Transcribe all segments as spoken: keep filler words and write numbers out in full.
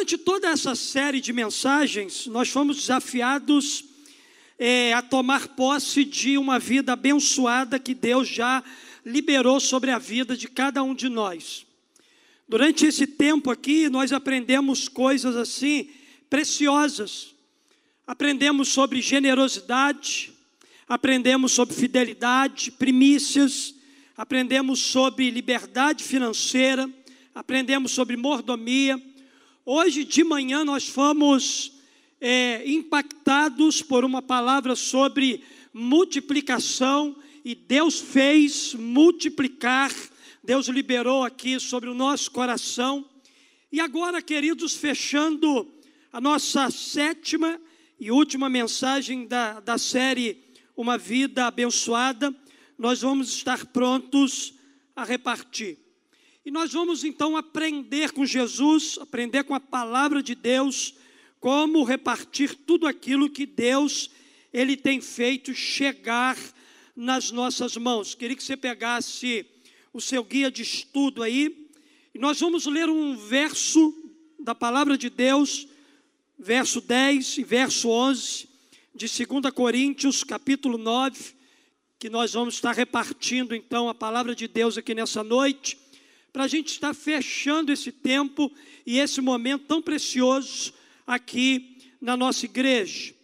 Durante toda essa série de mensagens, nós fomos desafiados é, a tomar posse de uma vida abençoada que Deus já liberou sobre a vida de cada um de nós. Durante esse tempo aqui, nós aprendemos coisas assim, preciosas. Aprendemos sobre generosidade, aprendemos sobre fidelidade, primícias, aprendemos sobre liberdade financeira, aprendemos sobre mordomia. Hoje de manhã nós fomos é, impactados por uma palavra sobre multiplicação, e Deus fez multiplicar, Deus liberou aqui sobre o nosso coração. E agora, queridos, fechando a nossa sétima e última mensagem da, da série Uma Vida Abençoada, nós vamos estar prontos a repartir. E nós vamos então aprender com Jesus, aprender com a palavra de Deus, como repartir tudo aquilo que Deus, Ele tem feito chegar nas nossas mãos. Queria que você pegasse o seu guia de estudo aí, e nós vamos ler um verso da palavra de Deus, verso dez e verso onze, de segunda Coríntios, capítulo nove, que nós vamos estar repartindo então a palavra de Deus aqui nessa noite, para a gente estar fechando esse tempo e esse momento tão precioso aqui na nossa igreja.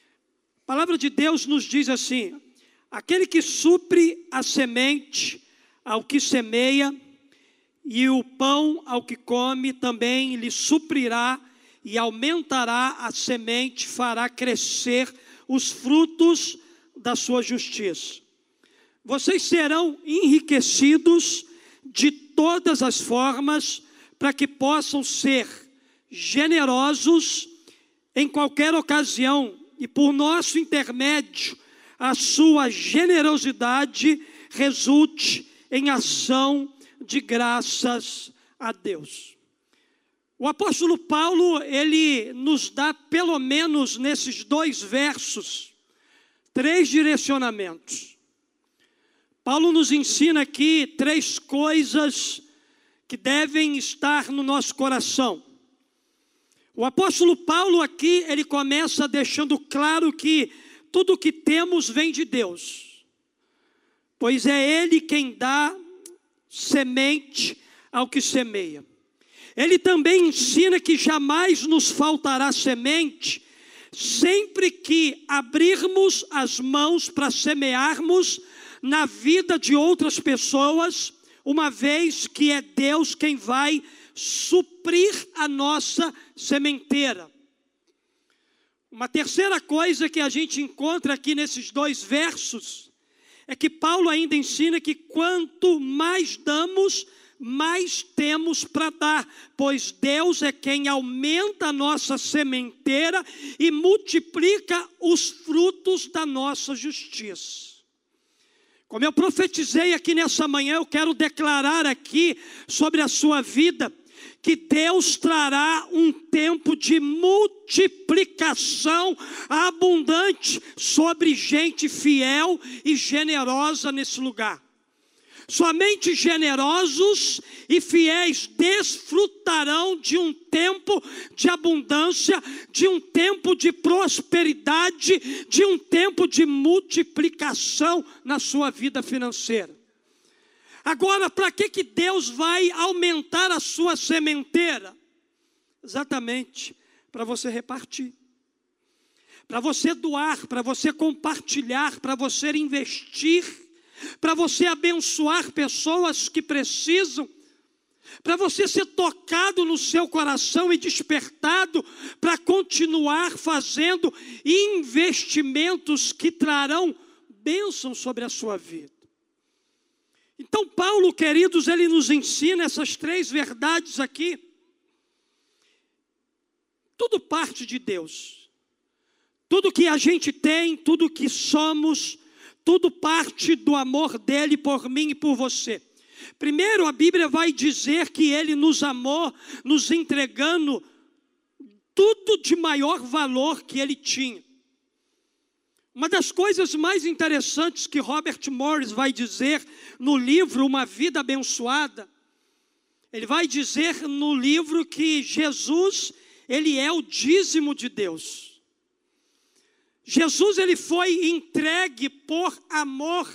A palavra de Deus nos diz assim: aquele que supre a semente ao que semeia, e o pão ao que come, também lhe suprirá e aumentará a semente, fará crescer os frutos da sua justiça. Vocês serão enriquecidos de todas as formas, para que possam ser generosos em qualquer ocasião, e por nosso intermédio, a sua generosidade resulte em ação de graças a Deus. O apóstolo Paulo, ele nos dá pelo menos nesses dois versos, três direcionamentos. Paulo nos ensina aqui três coisas que devem estar no nosso coração. O apóstolo Paulo aqui, ele começa deixando claro que tudo o que temos vem de Deus, pois é Ele quem dá semente ao que semeia. Ele também ensina que jamais nos faltará semente, sempre que abrirmos as mãos para semearmos na vida de outras pessoas, uma vez que é Deus quem vai suprir a nossa sementeira. Uma terceira coisa que a gente encontra aqui nesses dois versos, é que Paulo ainda ensina que quanto mais damos, mais temos para dar, pois Deus é quem aumenta a nossa sementeira e multiplica os frutos da nossa justiça. Como eu profetizei aqui nessa manhã, eu quero declarar aqui sobre a sua vida, que Deus trará um tempo de multiplicação abundante sobre gente fiel e generosa nesse lugar. Somente generosos e fiéis desfrutarão de um tempo de abundância, de um tempo de prosperidade, de um tempo de multiplicação na sua vida financeira. Agora, para que que Deus vai aumentar a sua sementeira? Exatamente, para você repartir, para você doar, para você compartilhar, para você investir, para você abençoar pessoas que precisam, para você ser tocado no seu coração e despertado para continuar fazendo investimentos que trarão bênção sobre a sua vida. Então Paulo, queridos, ele nos ensina essas três verdades aqui. Tudo parte de Deus. Tudo que a gente tem, tudo que somos, tudo parte do amor dele por mim e por você. Primeiro, a Bíblia vai dizer que ele nos amou, nos entregando tudo de maior valor que ele tinha. Uma das coisas mais interessantes que Robert Morris vai dizer no livro Uma Vida Abençoada, ele vai dizer no livro que Jesus, ele é o dízimo de Deus. Jesus, ele foi entregue por amor.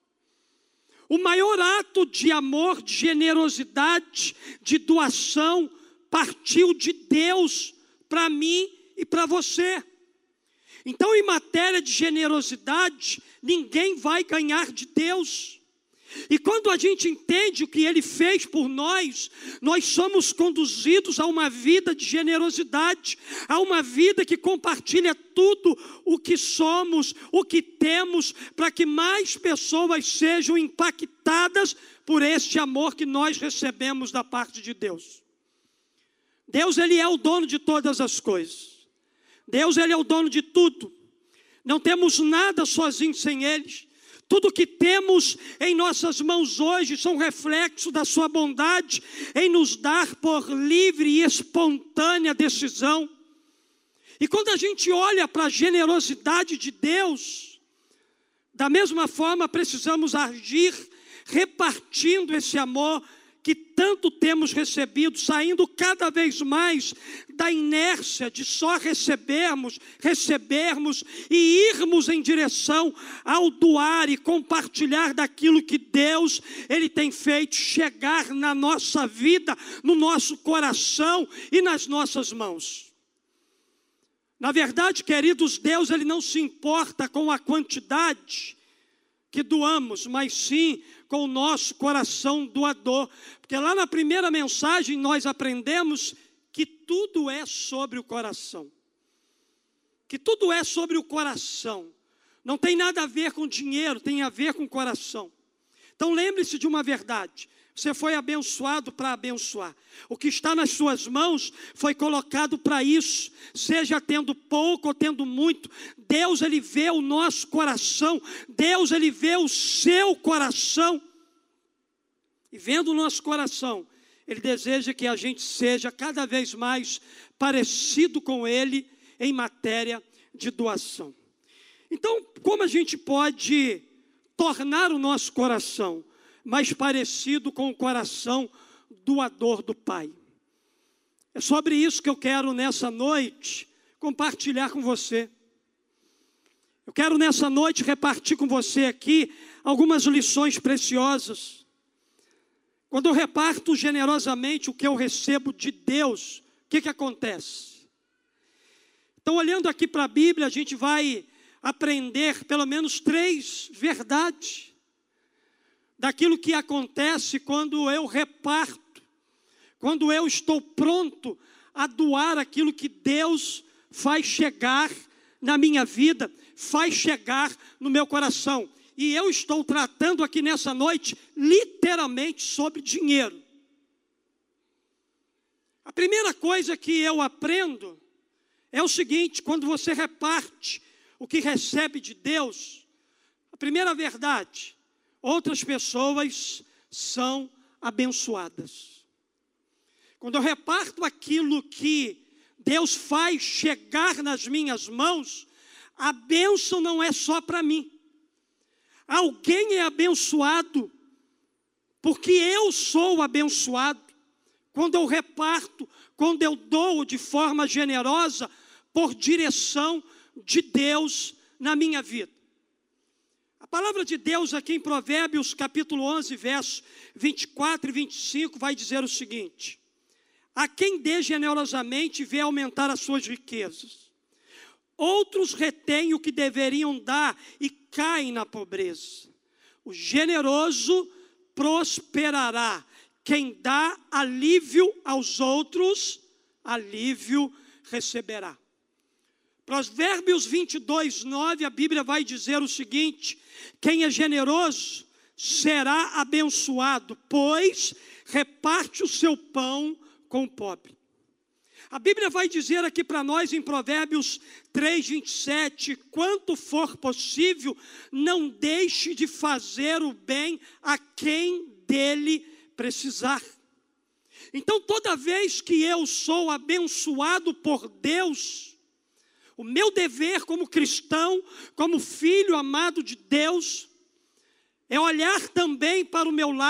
O maior ato de amor, de generosidade, de doação, partiu de Deus para mim e para você. Então, em matéria de generosidade, ninguém vai ganhar de Deus. E quando a gente entende o que Ele fez por nós, nós somos conduzidos a uma vida de generosidade, a uma vida que compartilha tudo o que somos, o que temos, para que mais pessoas sejam impactadas por este amor que nós recebemos da parte de Deus. Deus, Ele é o dono de todas as coisas. Deus, Ele é o dono de tudo. Não temos nada sozinho sem Ele. Tudo que temos em nossas mãos hoje são reflexo da sua bondade em nos dar por livre e espontânea decisão. E quando a gente olha para a generosidade de Deus, da mesma forma precisamos agir repartindo esse amor que tanto temos recebido, saindo cada vez mais da inércia de só recebermos, recebermos e irmos em direção ao doar e compartilhar daquilo que Deus, Ele tem feito chegar na nossa vida, no nosso coração e nas nossas mãos. Na verdade, queridos, Deus, Ele não se importa com a quantidade que doamos, mas sim com o nosso coração doador. Porque lá na primeira mensagem nós aprendemos que tudo é sobre o coração. Que tudo é sobre o coração. Não tem nada a ver com dinheiro, tem a ver com o coração. Então lembre-se de uma verdade. Você foi abençoado para abençoar. O que está nas suas mãos foi colocado para isso. Seja tendo pouco ou tendo muito, Deus, Ele vê o nosso coração. Deus, Ele vê o seu coração. E vendo o nosso coração, Ele deseja que a gente seja cada vez mais parecido com Ele em matéria de doação. Então, como a gente pode tornar o nosso coração mais parecido com o coração doador do Pai? É sobre isso que eu quero nessa noite compartilhar com você. Eu quero nessa noite repartir com você aqui algumas lições preciosas. Quando eu reparto generosamente o que eu recebo de Deus, o que que acontece? Então, olhando aqui para a Bíblia, a gente vai aprender pelo menos três verdades daquilo que acontece quando eu reparto, quando eu estou pronto a doar aquilo que Deus faz chegar na minha vida, faz chegar no meu coração. E eu estou tratando aqui nessa noite, literalmente, sobre dinheiro. A primeira coisa que eu aprendo é o seguinte: quando você reparte o que recebe de Deus, a primeira verdade, outras pessoas são abençoadas. Quando eu reparto aquilo que Deus faz chegar nas minhas mãos, a bênção não é só para mim. Alguém é abençoado, porque eu sou abençoado. Quando eu reparto, quando eu dou de forma generosa, por direção de Deus na minha vida. A palavra de Deus aqui em Provérbios capítulo onze, versos vinte e quatro e vinte e cinco vai dizer o seguinte: a quem dê generosamente vê aumentar as suas riquezas. Outros retêm o que deveriam dar e caem na pobreza. O generoso prosperará. Quem dá alívio aos outros, alívio receberá. Provérbios vinte e dois, nove, a Bíblia vai dizer o seguinte: quem é generoso será abençoado, pois reparte o seu pão com o pobre. A Bíblia vai dizer aqui para nós em Provérbios três, vinte e sete, quanto for possível, não deixe de fazer o bem a quem dele precisar. Então, toda vez que eu sou abençoado por Deus, o meu dever como cristão, como filho amado de Deus, é olhar também para o meu lado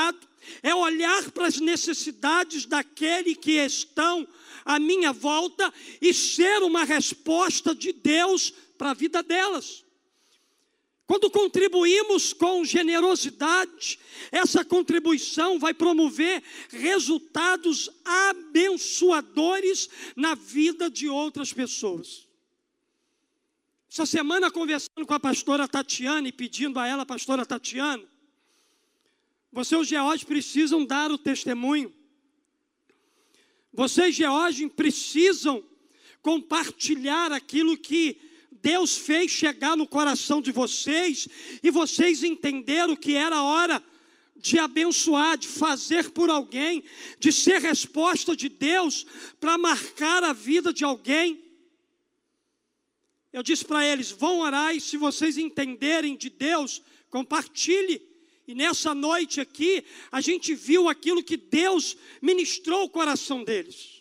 é olhar para as necessidades daquele que estão à minha volta e ser uma resposta de Deus para a vida delas. Quando contribuímos com generosidade, essa contribuição vai promover resultados abençoadores na vida de outras pessoas. Essa semana, conversando com a pastora Tatiana e pedindo a ela, pastora Tatiana, você e o George precisam dar o testemunho. Vocês, George, precisam compartilhar aquilo que Deus fez chegar no coração de vocês, e vocês entenderam que era hora de abençoar, de fazer por alguém, de ser resposta de Deus para marcar a vida de alguém. Eu disse para eles, vão orar, e se vocês entenderem de Deus, compartilhe. E nessa noite aqui, a gente viu aquilo que Deus ministrou o coração deles.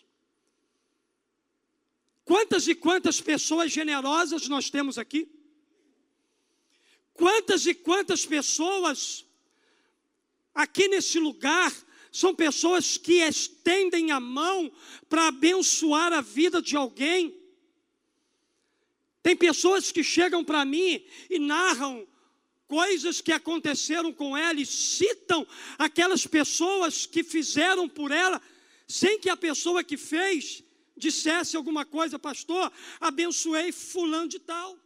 Quantas e quantas pessoas generosas nós temos aqui? Quantas e quantas pessoas aqui nesse lugar são pessoas que estendem a mão para abençoar a vida de alguém? Tem pessoas que chegam para mim e narram coisas que aconteceram com ela e citam aquelas pessoas que fizeram por ela, sem que a pessoa que fez dissesse alguma coisa, pastor, abençoei fulano de tal.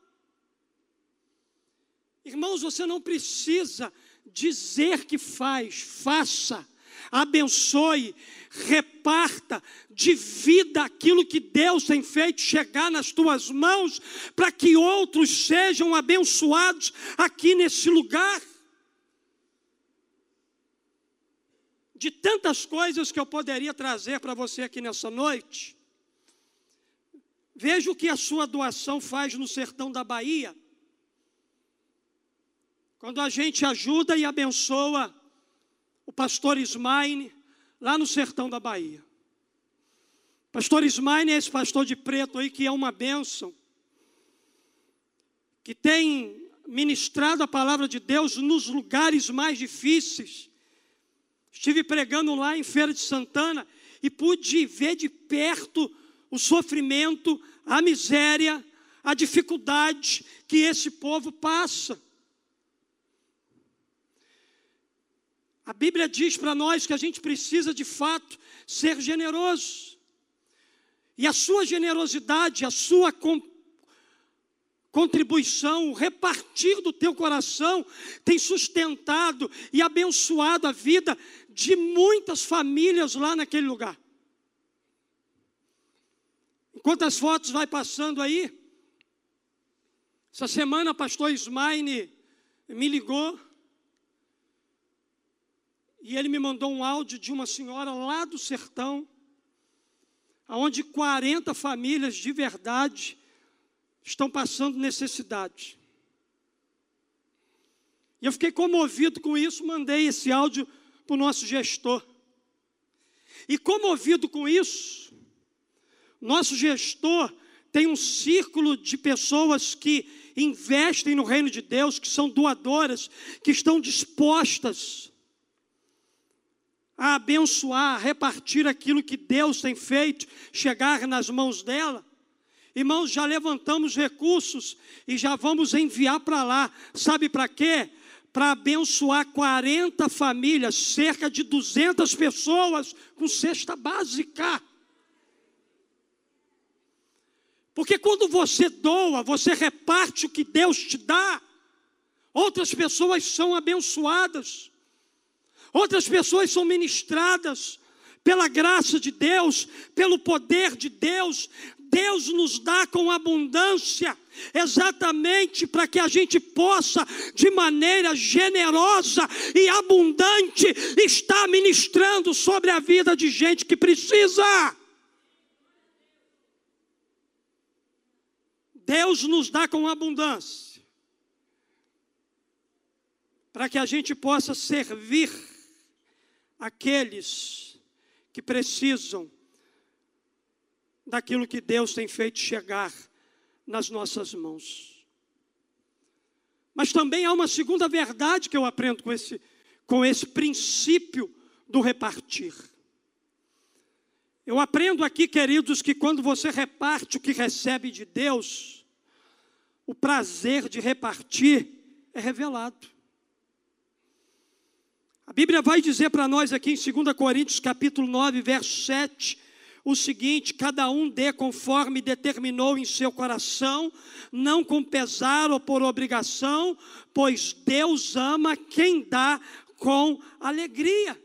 Irmãos, você não precisa dizer que faz, faça, abençoe, reparta, divida aquilo que Deus tem feito chegar nas tuas mãos, para que outros sejam abençoados aqui nesse lugar. De tantas coisas que eu poderia trazer para você aqui nessa noite, veja o que a sua doação faz no sertão da Bahia. Quando a gente ajuda e abençoa o pastor Ismaine, lá no sertão da Bahia. Pastor Ismaine é esse pastor de preto aí que é uma bênção, que tem ministrado a palavra de Deus nos lugares mais difíceis. Estive pregando lá em Feira de Santana e pude ver de perto o sofrimento, a miséria, a dificuldade que esse povo passa. A Bíblia diz para nós que a gente precisa de fato ser generoso. E a sua generosidade, a sua com, contribuição, o repartir do teu coração tem sustentado e abençoado a vida de muitas famílias lá naquele lugar. Enquanto as fotos vai passando aí, essa semana o pastor Ismaine me ligou e ele me mandou um áudio de uma senhora lá do sertão, onde quarenta famílias de verdade estão passando necessidade. E eu fiquei comovido com isso, mandei esse áudio para o nosso gestor. E comovido com isso, nosso gestor tem um círculo de pessoas que investem no reino de Deus, que são doadoras, que estão dispostas a abençoar, a repartir aquilo que Deus tem feito chegar nas mãos dela. Irmãos, já levantamos recursos e já vamos enviar para lá. Sabe para quê? Para abençoar quarenta famílias, cerca de duzentas pessoas com cesta básica. Porque quando você doa, você reparte o que Deus te dá, outras pessoas são abençoadas. Outras pessoas são ministradas pela graça de Deus, pelo poder de Deus. Deus nos dá com abundância, exatamente para que a gente possa, de maneira generosa e abundante, estar ministrando sobre a vida de gente que precisa. Deus nos dá com abundância, para que a gente possa servir aqueles que precisam daquilo que Deus tem feito chegar nas nossas mãos. Mas também há uma segunda verdade que eu aprendo com esse, com esse princípio do repartir. Eu aprendo aqui, queridos, que quando você reparte o que recebe de Deus, o prazer de repartir é revelado. A Bíblia vai dizer para nós aqui em dois Coríntios capítulo nove, verso sete, o seguinte: cada um dê conforme determinou em seu coração, não com pesar ou por obrigação, pois Deus ama quem dá com alegria.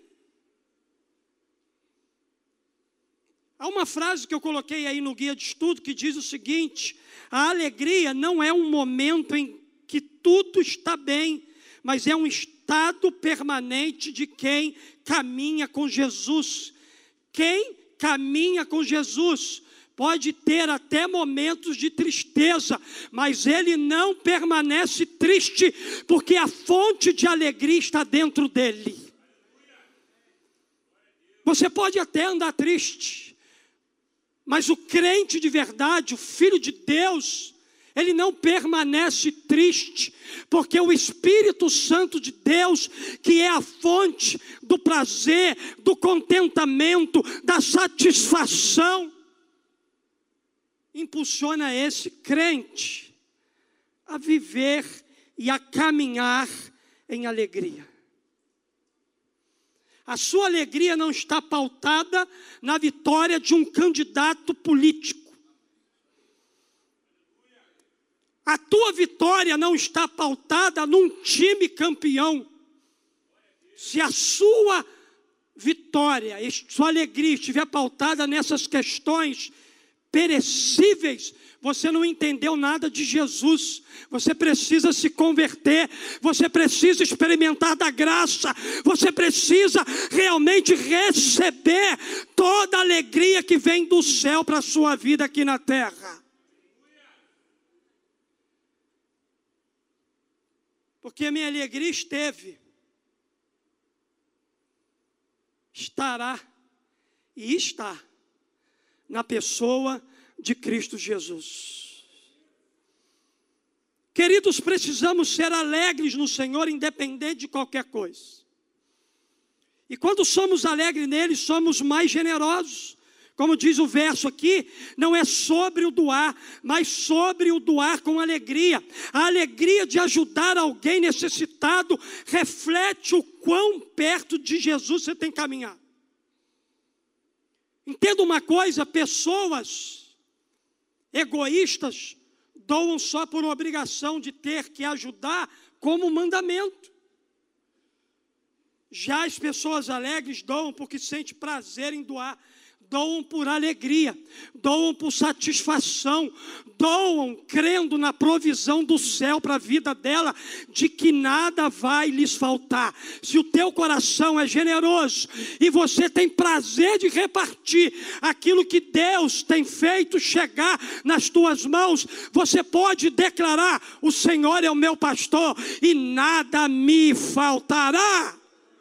Há uma frase que eu coloquei aí no guia de estudo que diz o seguinte: a alegria não é um momento em que tudo está bem, mas é um estado permanente de quem caminha com Jesus. Quem caminha com Jesus pode ter até momentos de tristeza, mas ele não permanece triste, porque a fonte de alegria está dentro dele. Você pode até andar triste, mas o crente de verdade, o filho de Deus, ele não permanece triste, porque o Espírito Santo de Deus, que é a fonte do prazer, do contentamento, da satisfação, impulsiona esse crente a viver e a caminhar em alegria. A sua alegria não está pautada na vitória de um candidato político. A tua vitória não está pautada num time campeão. Se a sua vitória, sua alegria estiver pautada nessas questões perecíveis, você não entendeu nada de Jesus. Você precisa se converter, você precisa experimentar da graça, você precisa realmente receber toda a alegria que vem do céu para a sua vida aqui na terra. Porque a minha alegria esteve, estará e está na pessoa de Cristo Jesus. Queridos, precisamos ser alegres no Senhor, independente de qualquer coisa. E quando somos alegres nele, somos mais generosos. Como diz o verso aqui, não é sobre o doar, mas sobre o doar com alegria. A alegria de ajudar alguém necessitado reflete o quão perto de Jesus você tem caminhado. Entenda uma coisa: pessoas egoístas doam só por obrigação de ter que ajudar como mandamento. Já as pessoas alegres doam porque sentem prazer em doar. Doam por alegria, doam por satisfação, doam crendo na provisão do céu para a vida dela, de que nada vai lhes faltar. Se o teu coração é generoso e você tem prazer de repartir aquilo que Deus tem feito chegar nas tuas mãos, você pode declarar: o Senhor é o meu pastor e nada me faltará.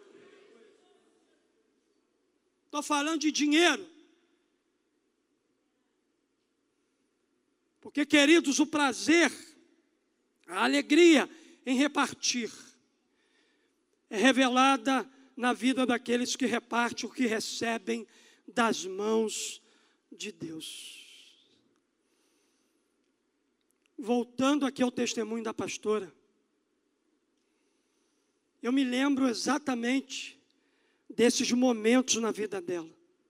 Estou falando de dinheiro. Porque, queridos, o prazer, a alegria em repartir é revelada na vida daqueles que repartem o que recebem das mãos de Deus. Voltando aqui ao testemunho da pastora, eu me lembro exatamente desses momentos na vida dela.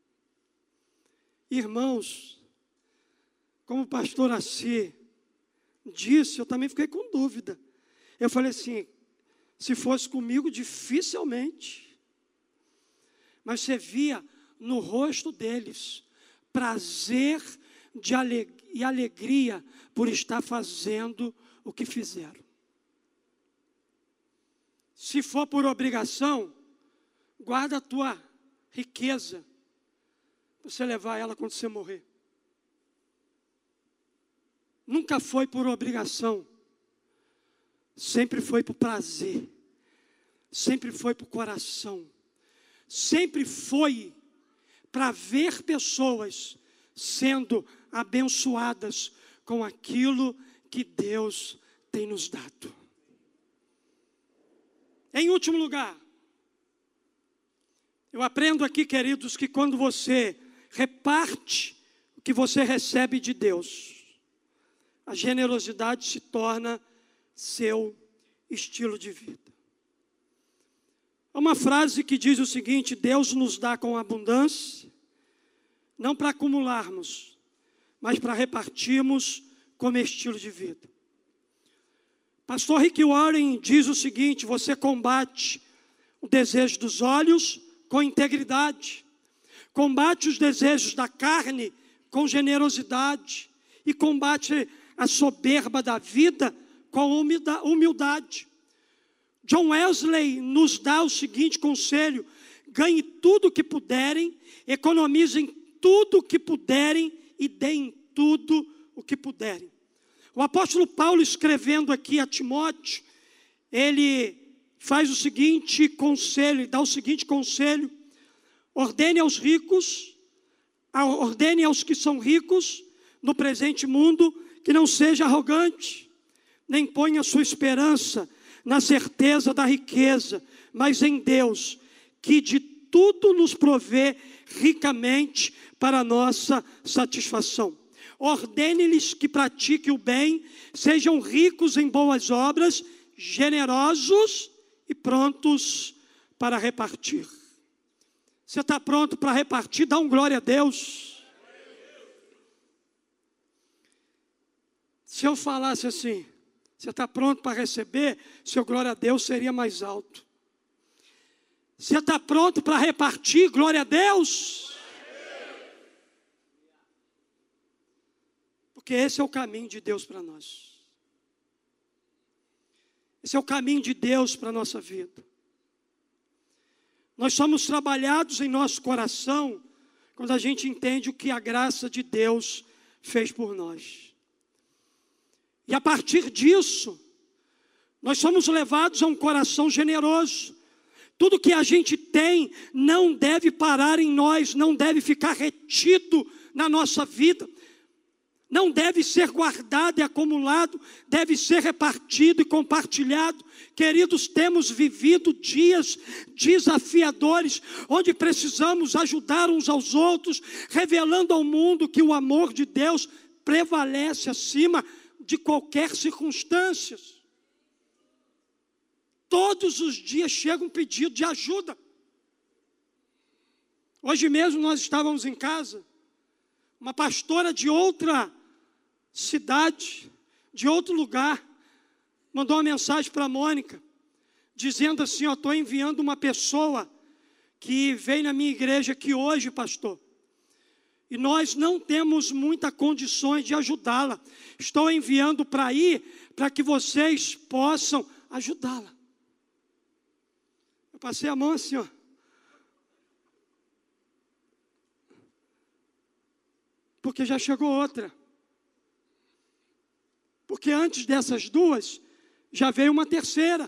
Irmãos, como o pastor Assi disse, eu também fiquei com dúvida. Eu falei assim: se fosse comigo, dificilmente. Mas você via no rosto deles prazer de aleg- e alegria por estar fazendo o que fizeram. Se for por obrigação, guarda a tua riqueza para você levar ela quando você morrer. Nunca foi por obrigação, sempre foi por prazer, sempre foi por coração, sempre foi para ver pessoas sendo abençoadas com aquilo que Deus tem nos dado. Em último lugar, Eu aprendo aqui, queridos, que quando você reparte o que você recebe de Deus, a generosidade se torna seu estilo de vida. Há uma frase que diz o seguinte: Deus nos dá com abundância, não para acumularmos, mas para repartirmos como estilo de vida. Pastor Rick Warren diz o seguinte: você combate o desejo dos olhos com integridade, combate os desejos da carne com generosidade e combate a soberba da vida com humildade. John Wesley nos dá o seguinte conselho: ganhe tudo o que puderem, economizem tudo o que puderem e deem tudo o que puderem. O apóstolo Paulo, escrevendo aqui a Timóteo, ele faz o seguinte conselho, dá o seguinte conselho: ordene aos ricos, ordene aos que são ricos no presente mundo, que não seja arrogante, nem ponha sua esperança na certeza da riqueza, mas em Deus, que de tudo nos provê ricamente para a nossa satisfação. Ordene-lhes que pratiquem o bem, sejam ricos em boas obras, generosos e prontos para repartir. Você está pronto para repartir? Dá um glória a Deus. Se eu falasse assim, você está pronto para receber? Seu glória a Deus seria mais alto. Você está pronto para repartir? Glória a Deus. Porque esse é o caminho de Deus para nós. Esse é o caminho de Deus para a nossa vida. Nós somos trabalhados em nosso coração quando a gente entende o que a graça de Deus fez por nós. E a partir disso, nós somos levados a um coração generoso. Tudo que a gente tem não deve parar em nós, não deve ficar retido na nossa vida. Não deve ser guardado e acumulado, deve ser repartido e compartilhado. Queridos, temos vivido dias desafiadores, onde precisamos ajudar uns aos outros, revelando ao mundo que o amor de Deus prevalece acima de qualquer circunstância. Todos os dias chega um pedido de ajuda. Hoje mesmo nós estávamos em casa, uma pastora de outra cidade, de outro lugar, mandou uma mensagem para a Mônica, dizendo assim: ó, estou enviando uma pessoa que veio na minha igreja aqui hoje, pastor, e nós não temos muitas condições de ajudá-la. Estou enviando para aí, para que vocês possam ajudá-la. Eu passei a mão assim, ó. Porque já chegou outra. Porque antes dessas duas, já veio uma terceira.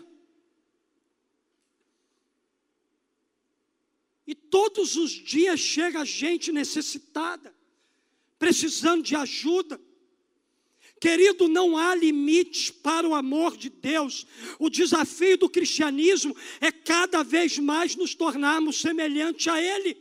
E todos os dias chega gente necessitada, precisando de ajuda. Querido, não há limites para o amor de Deus. O desafio do cristianismo é cada vez mais nos tornarmos semelhantes a Ele.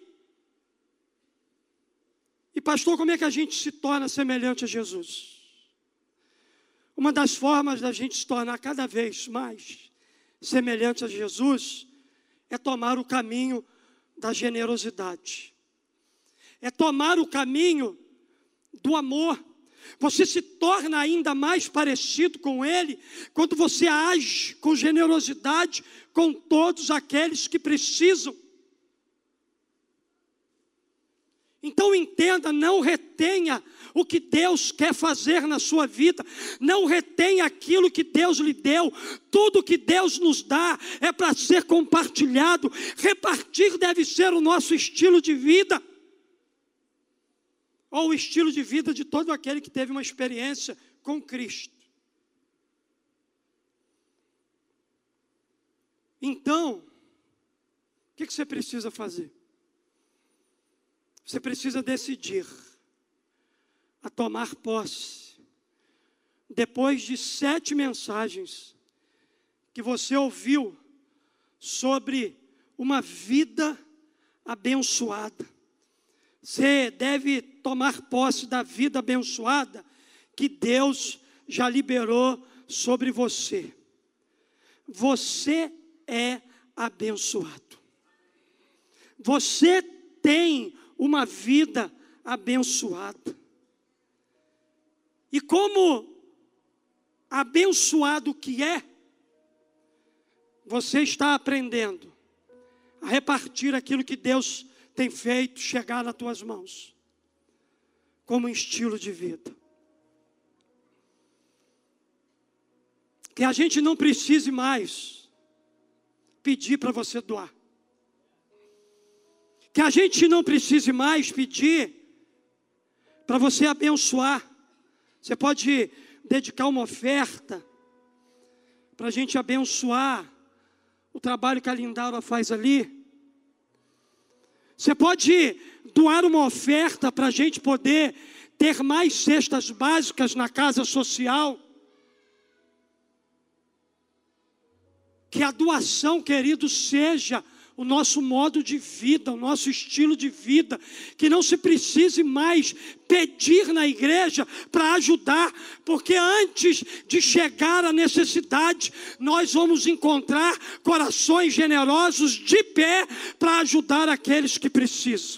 E pastor, como é que a gente se torna semelhante a Jesus? Uma das formas da gente se tornar cada vez mais semelhante a Jesus é tomar o caminho da generosidade. É tomar o caminho do amor. Você se torna ainda mais parecido com Ele quando você age com generosidade com todos aqueles que precisam. Então entenda, não retenha o que Deus quer fazer na sua vida, não retenha aquilo que Deus lhe deu. Tudo que Deus nos dá é para ser compartilhado. Repartir deve ser o nosso estilo de vida, ou o estilo de vida de todo aquele que teve uma experiência com Cristo. Então, o que você precisa fazer? Você precisa decidir a tomar posse, depois de sete mensagens que você ouviu sobre uma vida abençoada. Você deve tomar posse da vida abençoada que Deus já liberou sobre você. Você é abençoado. Você tem uma vida abençoada. E como abençoado que é, você está aprendendo a repartir aquilo que Deus tem feito chegar nas tuas mãos, como um estilo de vida. Que a gente não precise mais pedir para você doar. Que a gente não precise mais pedir para você abençoar. Você pode dedicar uma oferta para a gente abençoar o trabalho que a Lindaura faz ali. Você pode doar uma oferta para a gente poder ter mais cestas básicas na casa social. Que a doação, querido, seja o nosso modo de vida, o nosso estilo de vida. Que não se precise mais pedir na igreja para ajudar, porque antes de chegar à necessidade, nós vamos encontrar corações generosos de pé para ajudar aqueles que precisam.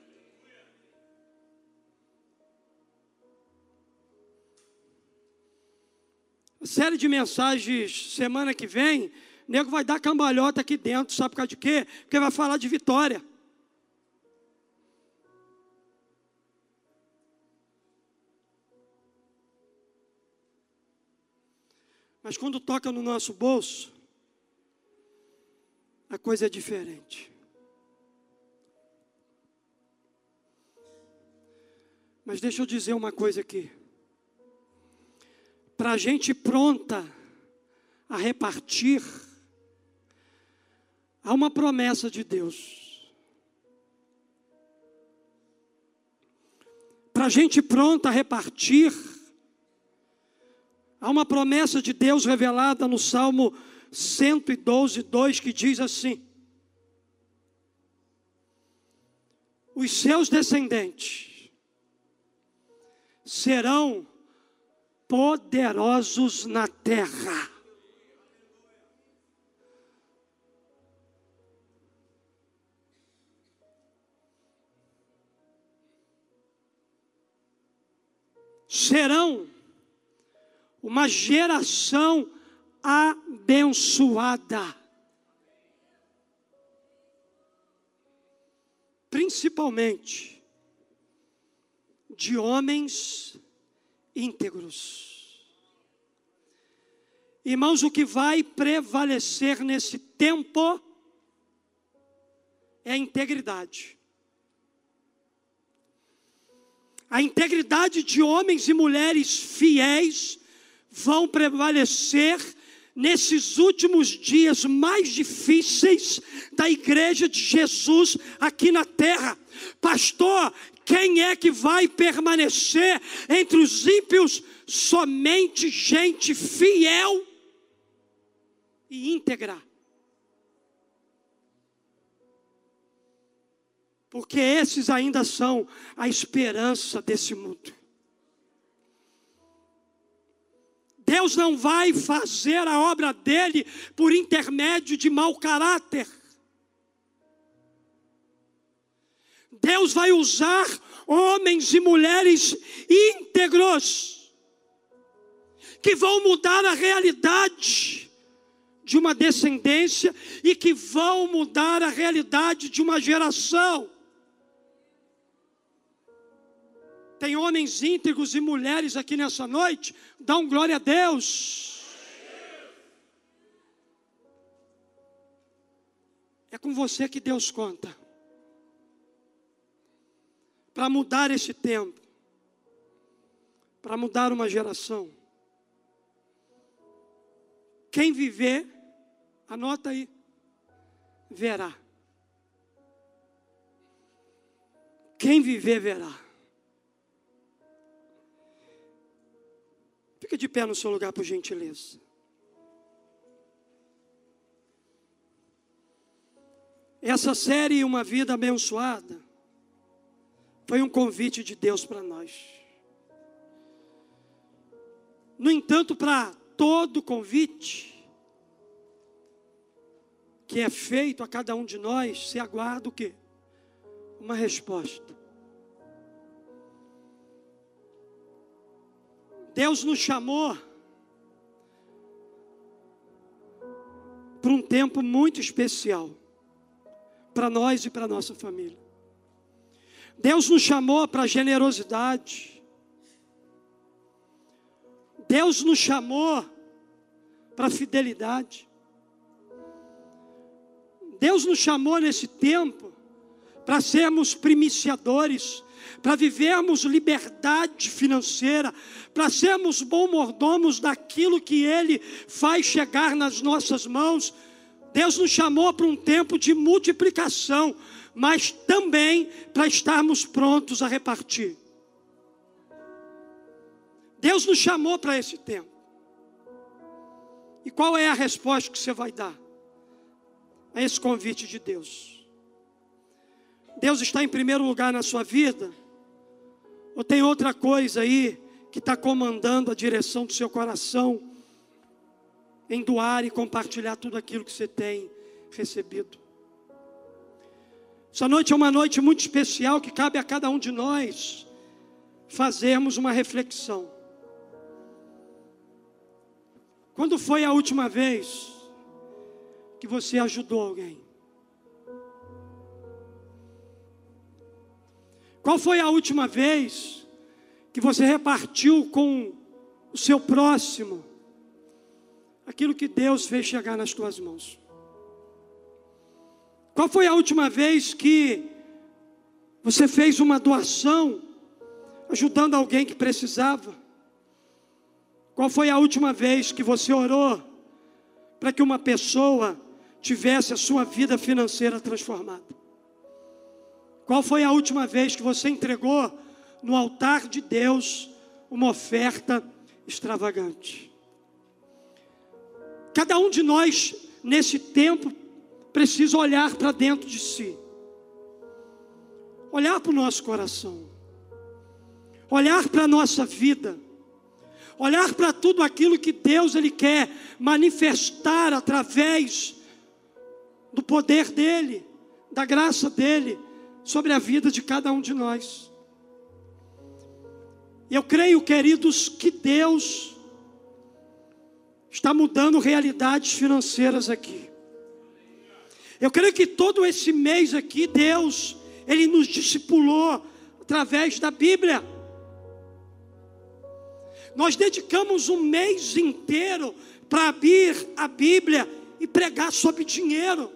A série de mensagens semana que vem, o nego vai dar cambalhota aqui dentro, sabe por causa de quê? Porque vai falar de vitória. Mas quando toca no nosso bolso, a coisa é diferente. Mas deixa eu dizer uma coisa aqui. Para a gente pronta a repartir, há uma promessa de Deus. Para a gente pronta a repartir, há uma promessa de Deus revelada no Salmo cento e doze, dois, que diz assim: os seus descendentes serão poderosos na terra. Serão uma geração abençoada, principalmente de homens íntegros. Irmãos, o que vai prevalecer nesse tempo é a integridade. A integridade de homens e mulheres fiéis vão prevalecer nesses últimos dias mais difíceis da igreja de Jesus aqui na terra. Pastor, quem é que vai permanecer entre os ímpios? Somente gente fiel e íntegra. Porque esses ainda são a esperança desse mundo. Deus não vai fazer a obra dele por intermédio de mau caráter. Deus vai usar homens e mulheres íntegros, que vão mudar a realidade de uma descendência e que vão mudar a realidade de uma geração. Tem homens íntegros e mulheres aqui nessa noite? Dá um glória a Deus. É com você que Deus conta para mudar esse tempo, para mudar uma geração. Quem viver, anota aí, verá. Quem viver, verá. Fica de pé no seu lugar, por gentileza. Essa série, Uma Vida Abençoada, foi um convite de Deus para nós. No entanto, para todo convite que é feito a cada um de nós, se aguarda o quê? Uma resposta. Deus nos chamou para um tempo muito especial, para nós e para a nossa família. Deus nos chamou para a generosidade. Deus nos chamou para a fidelidade. Deus nos chamou nesse tempo para sermos primiciadores, para vivermos liberdade financeira, para sermos bons mordomos daquilo que Ele faz chegar nas nossas mãos. Deus nos chamou para um tempo de multiplicação, mas também para estarmos prontos a repartir. Deus nos chamou para esse tempo. E qual é a resposta que você vai dar a esse convite de Deus? Deus está em primeiro lugar na sua vida? Ou tem outra coisa aí que está comandando a direção do seu coração em doar e compartilhar tudo aquilo que você tem recebido? Essa noite é uma noite muito especial que cabe a cada um de nós fazermos uma reflexão. Quando foi a última vez que você ajudou alguém? Qual foi a última vez que você repartiu com o seu próximo aquilo que Deus fez chegar nas tuas mãos? Qual foi a última vez que você fez uma doação ajudando alguém que precisava? Qual foi a última vez que você orou para que uma pessoa tivesse a sua vida financeira transformada? Qual foi a última vez que você entregou no altar de Deus uma oferta extravagante? Cada um de nós, nesse tempo, precisa olhar para dentro de si. Olhar para o nosso coração. Olhar para a nossa vida. Olhar para tudo aquilo que Deus Ele quer manifestar através do poder dEle, da graça dEle, sobre a vida de cada um de nós. Eu creio, queridos, que Deus está mudando realidades financeiras aqui. Eu creio que todo esse mês aqui, Deus, Ele nos discipulou através da Bíblia. Nós dedicamos um mês inteiro para abrir a Bíblia e pregar sobre dinheiro.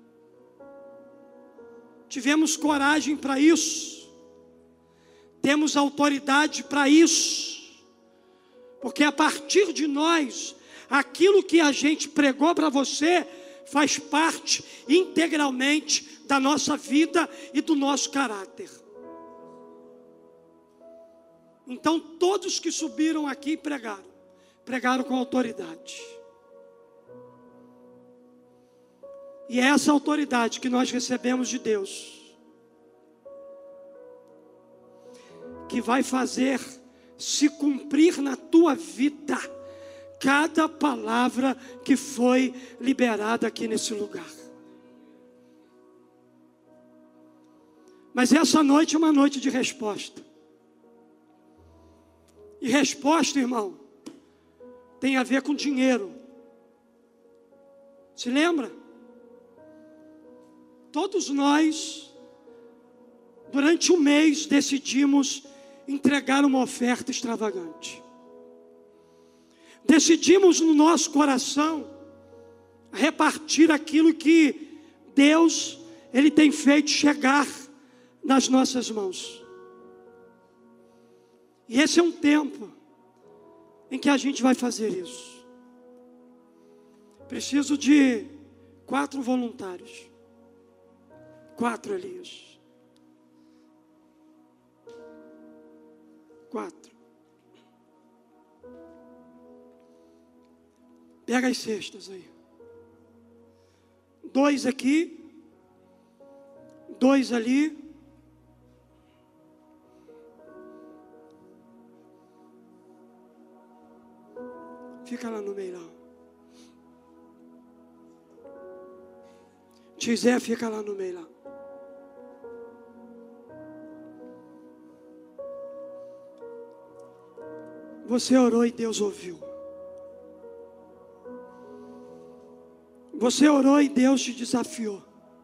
Tivemos coragem para isso. Temos autoridade para isso. Porque a partir de nós, aquilo que a gente pregou para você faz parte integralmente da nossa vida e do nosso caráter. Então todos que subiram aqui e pregaram, pregaram com autoridade. E é essa autoridade que nós recebemos de Deus que vai fazer se cumprir na tua vida cada palavra que foi liberada aqui nesse lugar. Mas essa noite é uma noite de resposta. E resposta, irmão, tem a ver com dinheiro. Se lembra? Todos nós, durante um mês, decidimos entregar uma oferta extravagante. Decidimos no nosso coração repartir aquilo que Deus, Ele tem feito chegar nas nossas mãos. E esse é um tempo em que a gente vai fazer isso. Preciso de quatro voluntários. Quatro, Elias. Quatro. Pega as cestas aí. Dois aqui Dois ali. Fica lá no meio lá. Tizé, fica lá no meio lá. Você orou e Deus ouviu. Você orou e Deus te desafiou.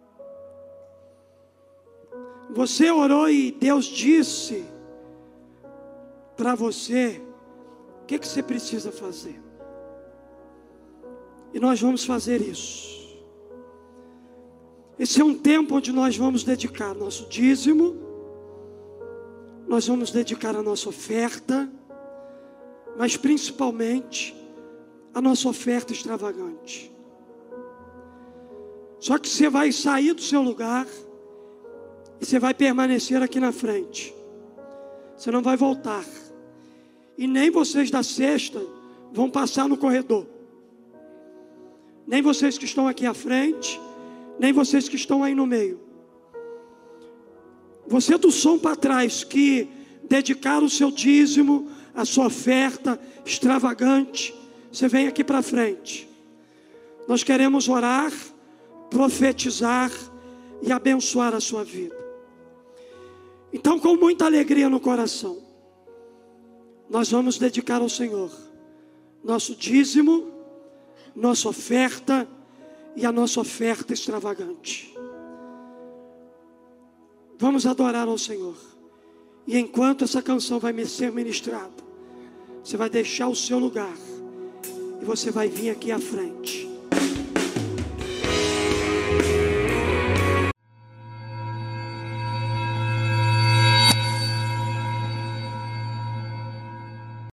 Você orou e Deus disse para você o que, que você precisa fazer. E nós vamos fazer isso. Esse é um tempo onde nós vamos dedicar nosso dízimo, nós vamos dedicar a nossa oferta, mas principalmente a nossa oferta extravagante. Só que você vai sair do seu lugar e você vai permanecer aqui na frente. Você não vai voltar. E nem vocês da cesta vão passar no corredor. Nem vocês que estão aqui à frente, nem vocês que estão aí no meio. Você do som para trás que dedicar o seu dízimo, a sua oferta extravagante, você vem aqui para frente. Nós queremos orar, profetizar e abençoar a sua vida. Então, com muita alegria no coração, nós vamos dedicar ao Senhor nosso dízimo, nossa oferta e a nossa oferta extravagante. Vamos adorar ao Senhor. E enquanto essa canção vai ser ministrada, você vai deixar o seu lugar e você vai vir aqui à frente.